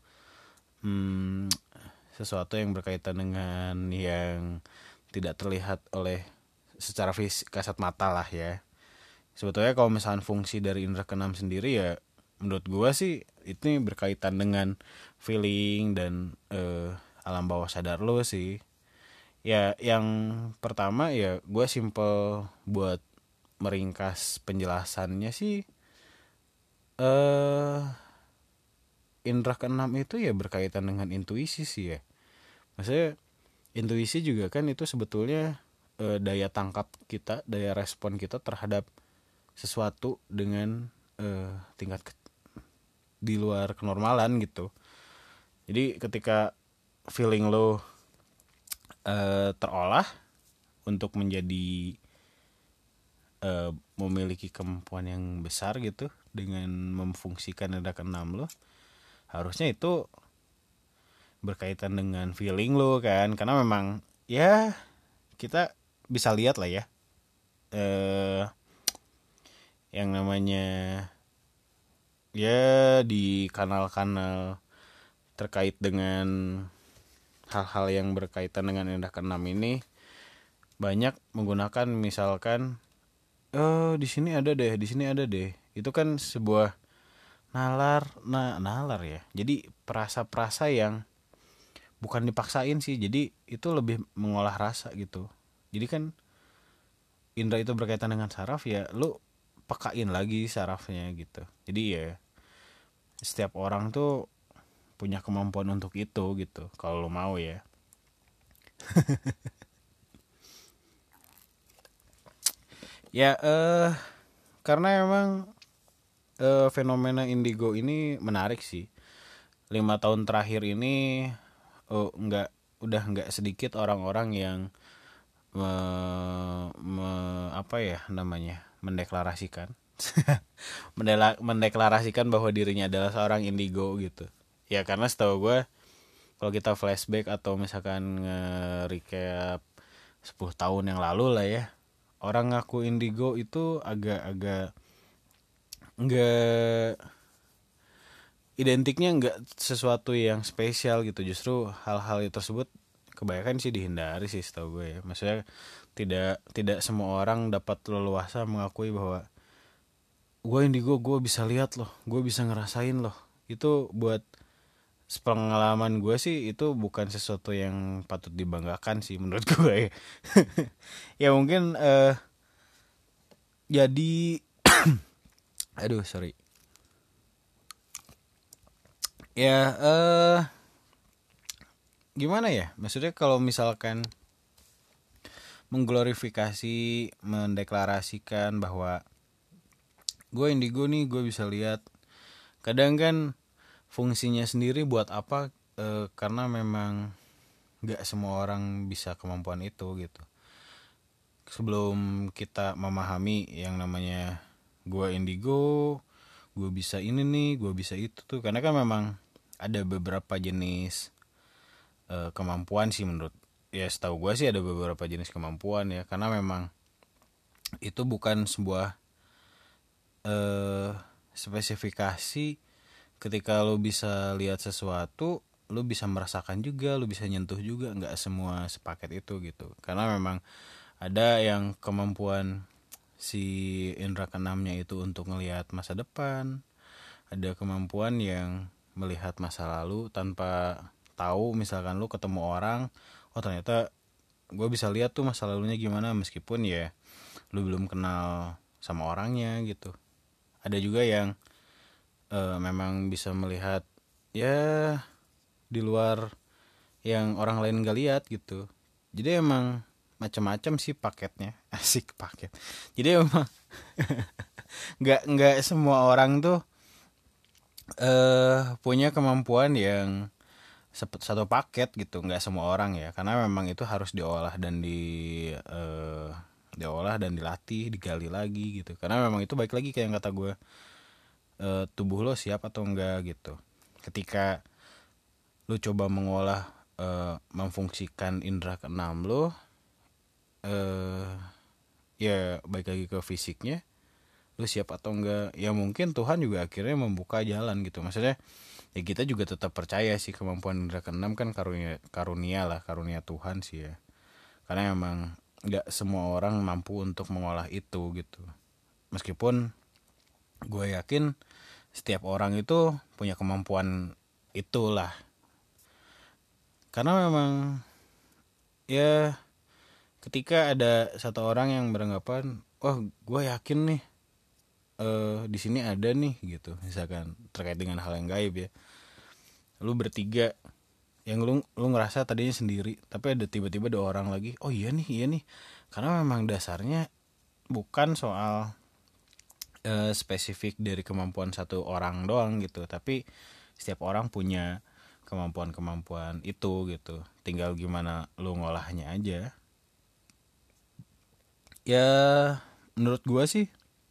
A: sesuatu yang berkaitan dengan yang tidak terlihat oleh secara fisik kasat mata lah ya. Sebetulnya kalau misalnya fungsi dari indera keenam sendiri, ya menurut gue sih ini berkaitan dengan feeling dan alam bawah sadar lo sih. Ya yang pertama ya gue simple buat meringkas penjelasannya sih, indera keenam itu ya berkaitan dengan intuisi sih ya. Maksudnya intuisi juga kan itu sebetulnya daya tangkap kita, daya respon kita terhadap sesuatu dengan tingkat di luar kenormalan gitu. Jadi ketika feeling lo terolah untuk menjadi memiliki kemampuan yang besar gitu dengan memfungsikan indera keenam lo, harusnya itu berkaitan dengan feeling lo kan, karena memang ya kita bisa lihat lah ya yang namanya ya di kanal-kanal terkait dengan hal-hal yang berkaitan dengan indera keenam ini banyak menggunakan misalkan di sini ada deh, di sini ada deh. Itu kan sebuah nalar ya. Jadi perasa-perasa yang bukan dipaksain sih. Jadi itu lebih mengolah rasa gitu. Jadi kan indra itu berkaitan dengan saraf, ya lu pekain lagi sarafnya gitu. Jadi ya setiap orang tuh punya kemampuan untuk itu gitu, kalau lu mau ya. Ya karena emang fenomena indigo ini menarik sih. 5 tahun terakhir ini udah nggak sedikit orang-orang yang apa ya namanya, mendeklarasikan mendeklarasikan bahwa dirinya adalah seorang indigo gitu. Ya karena setahu gue kalau kita flashback atau misalkan nge-recap 10 tahun yang lalu lah ya, orang ngaku indigo itu agak-agak nggak, identiknya nggak sesuatu yang spesial gitu. Justru hal-hal tersebut kebanyakan sih dihindari sih setahu gue ya. Maksudnya tidak semua orang dapat leluasa mengakui bahwa gue indigo, gue bisa lihat loh, gue bisa ngerasain loh. Itu buat pengalaman gue sih itu bukan sesuatu yang patut dibanggakan sih menurut gue ya. Ya mungkin Jadi aduh sorry ya, gimana ya, maksudnya kalau misalkan mengglorifikasi, mendeklarasikan bahwa gue indigo nih, gue bisa lihat. Kadang kan fungsinya sendiri buat apa? Karena memang nggak semua orang bisa kemampuan itu gitu. Sebelum kita memahami yang namanya gue indigo, gue bisa ini nih, gue bisa itu tuh, karena kan memang ada beberapa jenis kemampuan sih menurut, ya setahu gue sih ada beberapa jenis kemampuan ya, karena memang itu bukan sebuah spesifikasi. Ketika lo bisa lihat sesuatu, lo bisa merasakan juga, lo bisa nyentuh juga, nggak semua sepaket itu gitu. Karena memang ada yang kemampuan si indera keenamnya itu untuk ngelihat masa depan, ada kemampuan yang melihat masa lalu tanpa tahu. Misalkan lo ketemu orang, oh ternyata gue bisa lihat tuh masa lalunya gimana, meskipun ya lo belum kenal sama orangnya gitu. Ada juga yang memang bisa melihat ya di luar yang orang lain gak lihat gitu. Jadi emang macam-macam sih paketnya. Asik paket. Jadi emang nggak semua orang tuh punya kemampuan yang satu paket gitu. Nggak semua orang ya, karena memang itu harus diolah dan diolah dan dilatih, digali lagi gitu. Karena memang itu baik lagi kayak yang kata gue, tubuh lo siap atau enggak gitu. Ketika lo coba mengolah, memfungsikan indera keenam lo, ya baik lagi ke fisiknya, lo siap atau enggak. Ya mungkin Tuhan juga akhirnya membuka jalan gitu. Maksudnya ya kita juga tetap percaya sih kemampuan indera keenam kan karunia Tuhan sih ya. Karena emang nggak semua orang mampu untuk mengolah itu gitu. Meskipun gue yakin setiap orang itu punya kemampuan itulah. Karena memang ya ketika ada satu orang yang beranggapan, oh gue yakin nih di sini ada nih gitu, misalkan terkait dengan hal yang gaib ya, lu bertiga yang lu ngerasa tadinya sendiri, tapi ada tiba-tiba ada orang lagi, oh iya nih. Karena memang dasarnya bukan soal spesifik dari kemampuan satu orang doang gitu, tapi setiap orang punya kemampuan itu gitu, tinggal gimana lu ngolahnya aja. Ya menurut gua sih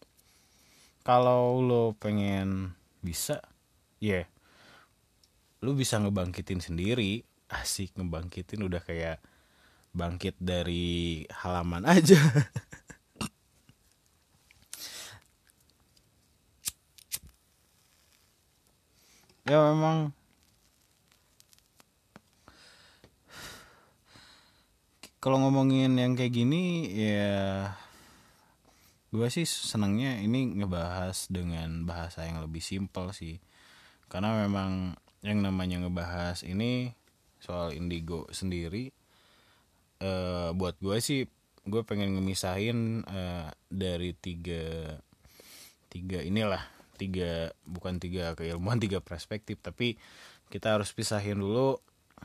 A: kalau lo pengen bisa, ya lu bisa ngebangkitin sendiri. Asik, ngebangkitin udah kayak bangkit dari halaman aja. Ya memang kalau ngomongin yang kayak gini ya, gue sih senangnya ini ngebahas dengan bahasa yang lebih simpel sih. Karena memang yang namanya ngebahas ini soal indigo sendiri, buat gue sih, gue pengen ngemisahin dari tiga inilah, bukan tiga keilmuan, tiga perspektif, tapi kita harus pisahin dulu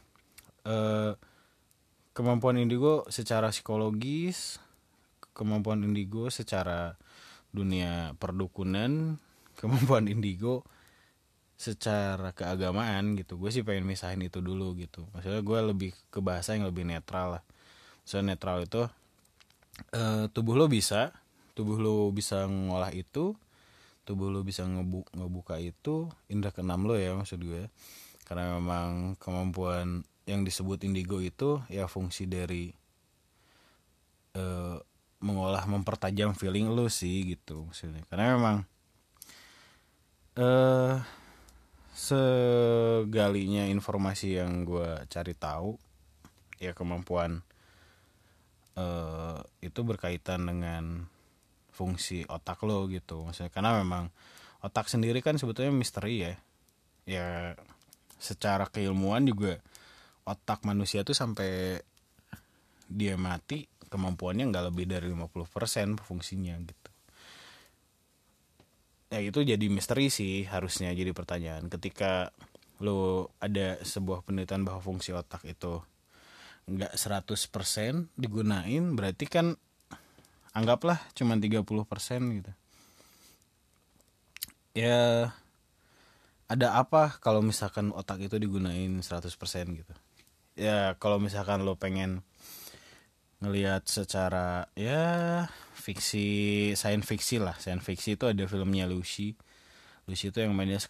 A: kemampuan indigo secara psikologis, kemampuan indigo secara dunia perdukunan, kemampuan indigo secara keagamaan gitu. Gue sih pengen misahin itu dulu gitu. Maksudnya gue lebih ke bahasa yang lebih netral lah. Maksudnya netral itu tubuh lo bisa ngolah itu, tubuh lo bisa ngebuka itu, indera keenam lo ya maksud gue. Karena memang kemampuan yang disebut indigo itu ya fungsi dari mengolah, mempertajam feeling lo sih gitu maksudnya. Karena memang segalinya informasi yang gue cari tahu, ya kemampuan itu berkaitan dengan fungsi otak lo gitu maksudnya. Karena memang otak sendiri kan sebetulnya misteri ya. Ya secara keilmuan juga otak manusia tuh sampai dia mati kemampuannya nggak lebih dari 50% fungsinya gitu. ya itu jadi misteri sih, harusnya jadi pertanyaan. Ketika lo ada sebuah penelitian bahwa fungsi otak itu nggak 100% digunain, berarti kan anggaplah cuma 30% gitu. Ya ada apa kalau misalkan otak itu digunain 100% gitu. Ya kalau misalkan lo pengen ngelihat secara ya fiksi, science fiksi lah. Science fiksi itu ada filmnya Lucy. Lucy itu yang mainnya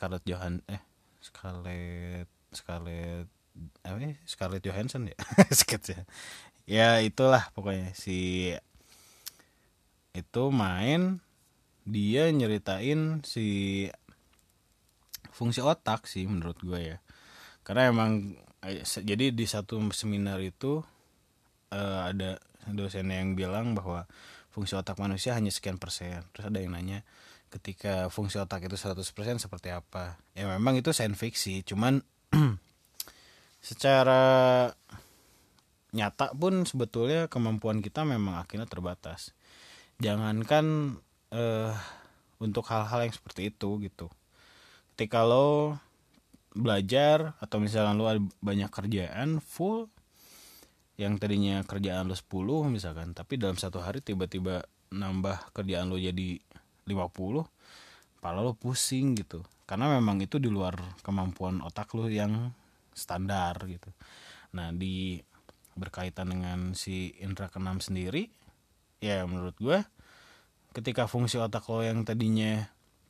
A: Scarlett Johansson ya. Ya itulah pokoknya, si itu main, dia nyeritain si fungsi otak sih menurut gue ya. Karena emang jadi di satu seminar itu ada dosen yang bilang bahwa fungsi otak manusia hanya sekian persen. Terus ada yang nanya, ketika fungsi otak itu 100% seperti apa? Ya memang itu science fiksi, cuman secara nyata pun sebetulnya kemampuan kita memang akhirnya terbatas. Jangankan untuk hal-hal yang seperti itu gitu. Ketika lo belajar atau misalkan lo ada banyak kerjaan full, yang tadinya kerjaan lo 10 misalkan, tapi dalam satu hari tiba-tiba nambah kerjaan lo jadi 50, kepala lo pusing gitu. Karena memang itu di luar kemampuan otak lo yang standar gitu. Nah, di berkaitan dengan si indera keenam sendiri, ya menurut gue ketika fungsi otak lo yang tadinya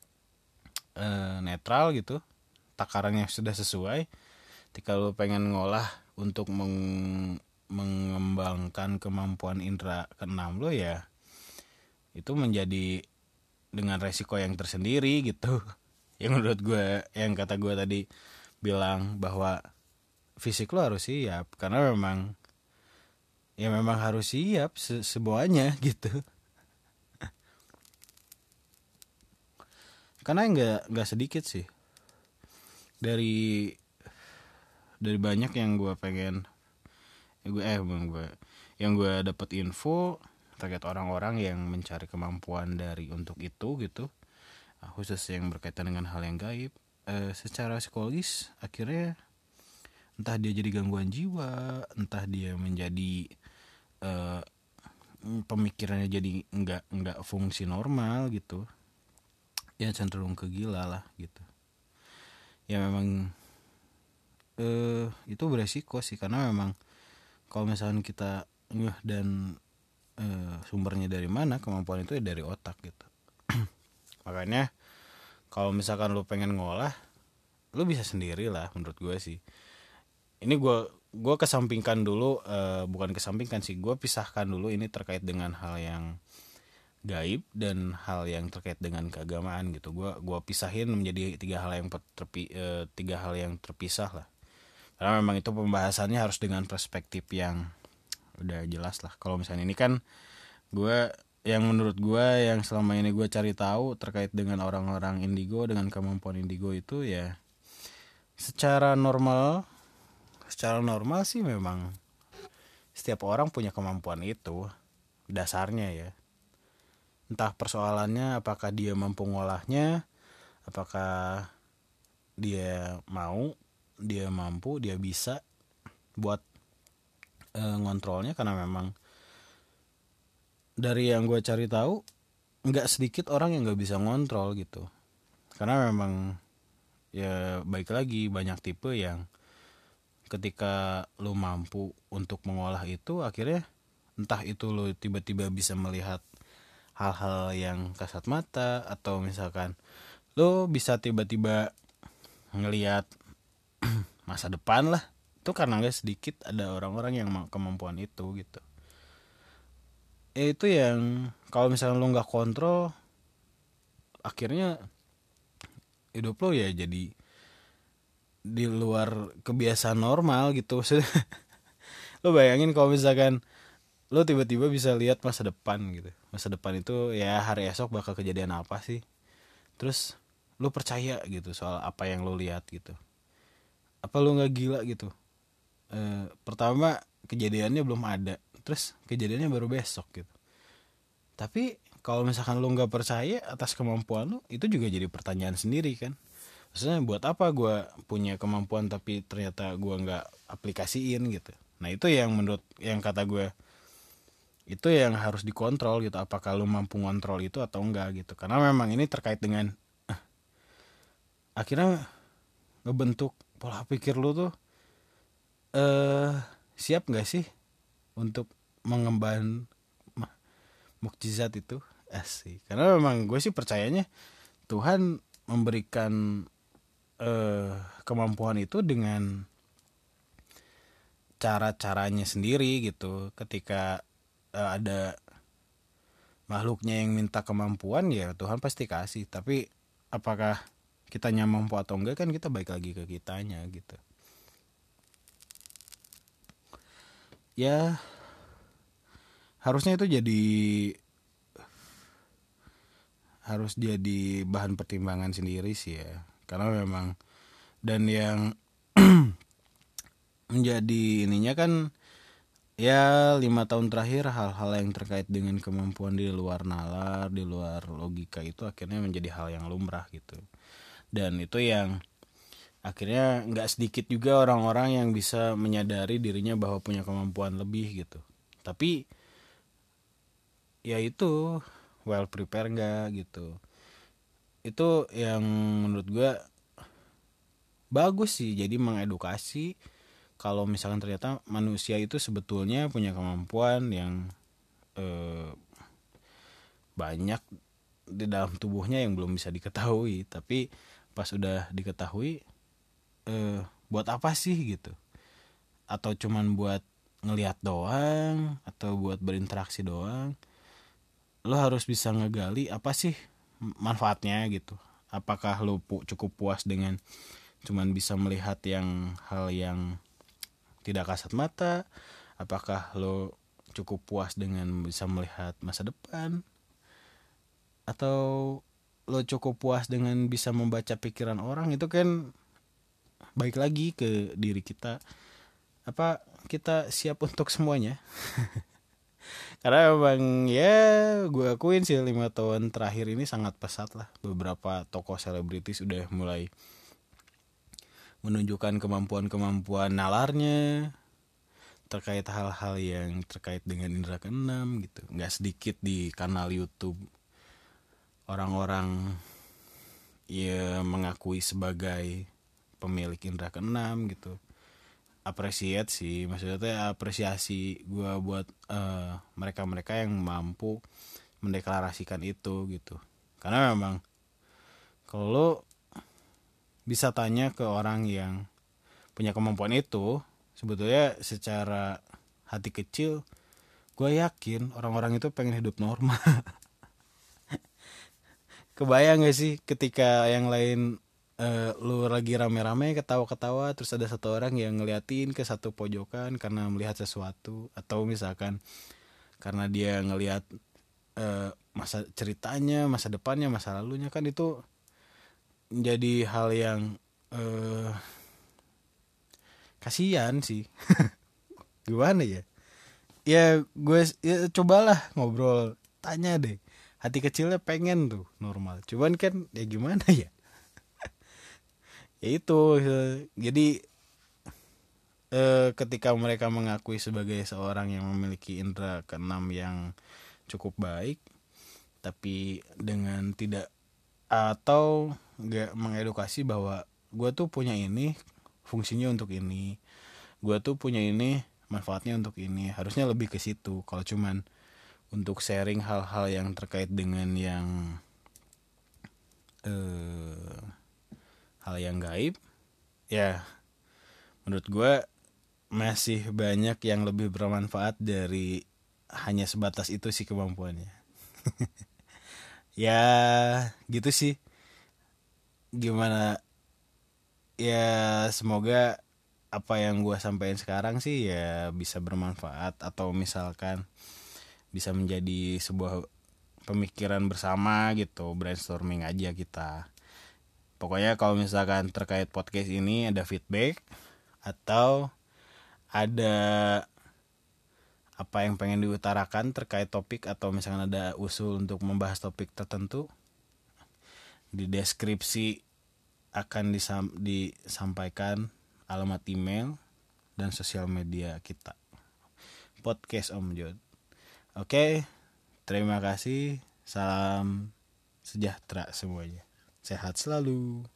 A: netral gitu, takarannya sudah sesuai, ketika lo pengen ngolah untuk mengembangkan kemampuan indera keenam lo, ya itu menjadi dengan resiko yang tersendiri gitu. Yang menurut gue, yang kata gue tadi bilang bahwa fisik lo harus siap, karena memang harus siap semuanya gitu. Karena nggak sedikit sih dari banyak yang gue pengen yang gue dapat info terkait orang-orang yang mencari kemampuan dari untuk itu gitu, khusus yang berkaitan dengan hal yang gaib, secara psikologis akhirnya entah dia jadi gangguan jiwa, entah dia menjadi pemikirannya jadi nggak fungsi normal gitu, ya cenderung ke gila lah gitu. Ya memang itu beresiko sih, karena memang kalau misalnya kita dan sumbernya dari mana, kemampuan itu ya dari otak gitu. Makanya kalau misalkan lu pengen ngolah, lu bisa sendiri lah menurut gue sih. Ini gue kesampingkan dulu, bukan kesampingkan sih, gue pisahkan dulu ini terkait dengan hal yang gaib dan hal yang terkait dengan keagamaan gitu. Gue pisahin menjadi tiga hal yang terpisah lah. Karena memang itu pembahasannya harus dengan perspektif yang udah jelas lah. Kalau misalnya ini kan yang menurut gue yang selama ini gue cari tahu terkait dengan orang-orang indigo dengan kemampuan indigo itu, ya secara normal sih memang setiap orang punya kemampuan itu dasarnya ya. Entah persoalannya apakah dia mampu ngolahnya, apakah dia mampu, dia bisa buat ngontrolnya. Karena memang dari yang gue cari tahu, nggak sedikit orang yang nggak bisa ngontrol gitu. Karena memang ya baik lagi, banyak tipe yang ketika lo mampu untuk mengolah itu, akhirnya entah itu lo tiba-tiba bisa melihat hal-hal yang kasat mata, atau misalkan lo bisa tiba-tiba ngelihat masa depan lah. Itu karena gak sedikit ada orang-orang yang kemampuan itu gitu. Itu yang kalau misalnya lo gak kontrol, akhirnya hidup lo ya jadi di luar kebiasaan normal gitu. Lo bayangin kalau misalkan lo tiba-tiba bisa lihat masa depan gitu. Masa depan itu ya hari esok bakal kejadian apa sih. Terus lo percaya gitu soal apa yang lo lihat gitu. Apa lo gak gila gitu? Pertama kejadiannya belum ada, terus kejadiannya baru besok gitu. Tapi kalau misalkan lu nggak percaya atas kemampuan lu, itu juga jadi pertanyaan sendiri kan. Maksudnya buat apa gue punya kemampuan tapi ternyata gue nggak aplikasiin gitu. Nah itu yang menurut yang kata gue itu yang harus dikontrol gitu, apakah lu mampu ngontrol itu atau enggak gitu. Karena memang ini terkait dengan akhirnya ngebentuk pola pikir lu tuh siap nggak sih untuk mengemban mukjizat itu. Asik. Karena memang gue sih percayanya Tuhan memberikan kemampuan itu dengan cara-caranya sendiri gitu. Ketika ada makhluknya yang minta kemampuan, ya Tuhan pasti kasih. Tapi apakah kitanya mampu atau enggak kan kita balik lagi ke kitanya gitu. Ya harusnya itu harus jadi bahan pertimbangan sendiri sih ya. Karena memang dan yang menjadi ininya kan ya 5 tahun terakhir hal-hal yang terkait dengan kemampuan di luar nalar, di luar logika itu akhirnya menjadi hal yang lumrah gitu. Dan itu yang akhirnya nggak sedikit juga orang-orang yang bisa menyadari dirinya bahwa punya kemampuan lebih gitu. Tapi ya itu well prepare nggak gitu. Itu yang menurut gue bagus sih, jadi mengedukasi kalau misalkan ternyata manusia itu sebetulnya punya kemampuan yang banyak di dalam tubuhnya yang belum bisa diketahui. Tapi pas udah diketahui, buat apa sih gitu? Atau cuman buat ngelihat doang, atau buat berinteraksi doang? Lo harus bisa ngegali apa sih manfaatnya gitu. Apakah lo cukup puas dengan cuman bisa melihat hal yang tidak kasat mata? Apakah lo cukup puas dengan bisa melihat masa depan? Atau lo cukup puas dengan bisa membaca pikiran orang? Itu kan baik lagi ke diri kita. Apa kita siap untuk semuanya? Karena emang ya gue akuin sih 5 tahun terakhir ini sangat pesat lah. Beberapa tokoh selebritis udah mulai menunjukkan kemampuan-kemampuan nalarnya terkait hal-hal yang terkait dengan indera keenam gitu. Nggak sedikit di kanal YouTube orang-orang ya mengakui sebagai pemilik indera keenam gitu. Apresiat sih, maksudnya apresiasi gue buat mereka-mereka yang mampu mendeklarasikan itu gitu. Karena memang kalau lo bisa tanya ke orang yang punya kemampuan itu, sebetulnya secara hati kecil gue yakin orang-orang itu pengen hidup normal. Kebayang gak sih ketika yang lain lu lagi rame-rame ketawa-ketawa, terus ada satu orang yang ngeliatin ke satu pojokan karena melihat sesuatu, atau misalkan karena dia ngelihat masa ceritanya, masa depannya, masa lalunya, kan itu menjadi hal yang kasihan sih. Gimana ya? Ya gue ya, cobalah ngobrol, tanya deh. Hati kecilnya pengen tuh normal. Cuman kan ya gimana ya? Ya itu. Jadi ketika mereka mengakui sebagai seorang yang memiliki indera keenam yang cukup baik, tapi dengan tidak atau nggak mengedukasi bahwa gue tuh punya ini, fungsinya untuk ini, gue tuh punya ini, manfaatnya untuk ini. Harusnya lebih ke situ. Kalau cuman untuk sharing hal-hal yang terkait dengan hal yang gaib, ya menurut gue masih banyak yang lebih bermanfaat dari hanya sebatas itu sih kemampuannya. Ya gitu sih. Gimana ya, semoga apa yang gue sampaikan sekarang sih ya bisa bermanfaat, atau misalkan bisa menjadi sebuah pemikiran bersama gitu, brainstorming aja kita. Pokoknya kalau misalkan terkait podcast ini ada feedback atau ada apa yang pengen diutarakan terkait topik, atau misalkan ada usul untuk membahas topik tertentu, di deskripsi akan disampaikan alamat email dan sosial media kita, podcast Om Jod. Oke, terima kasih. Salam sejahtera semuanya. Sehat selalu.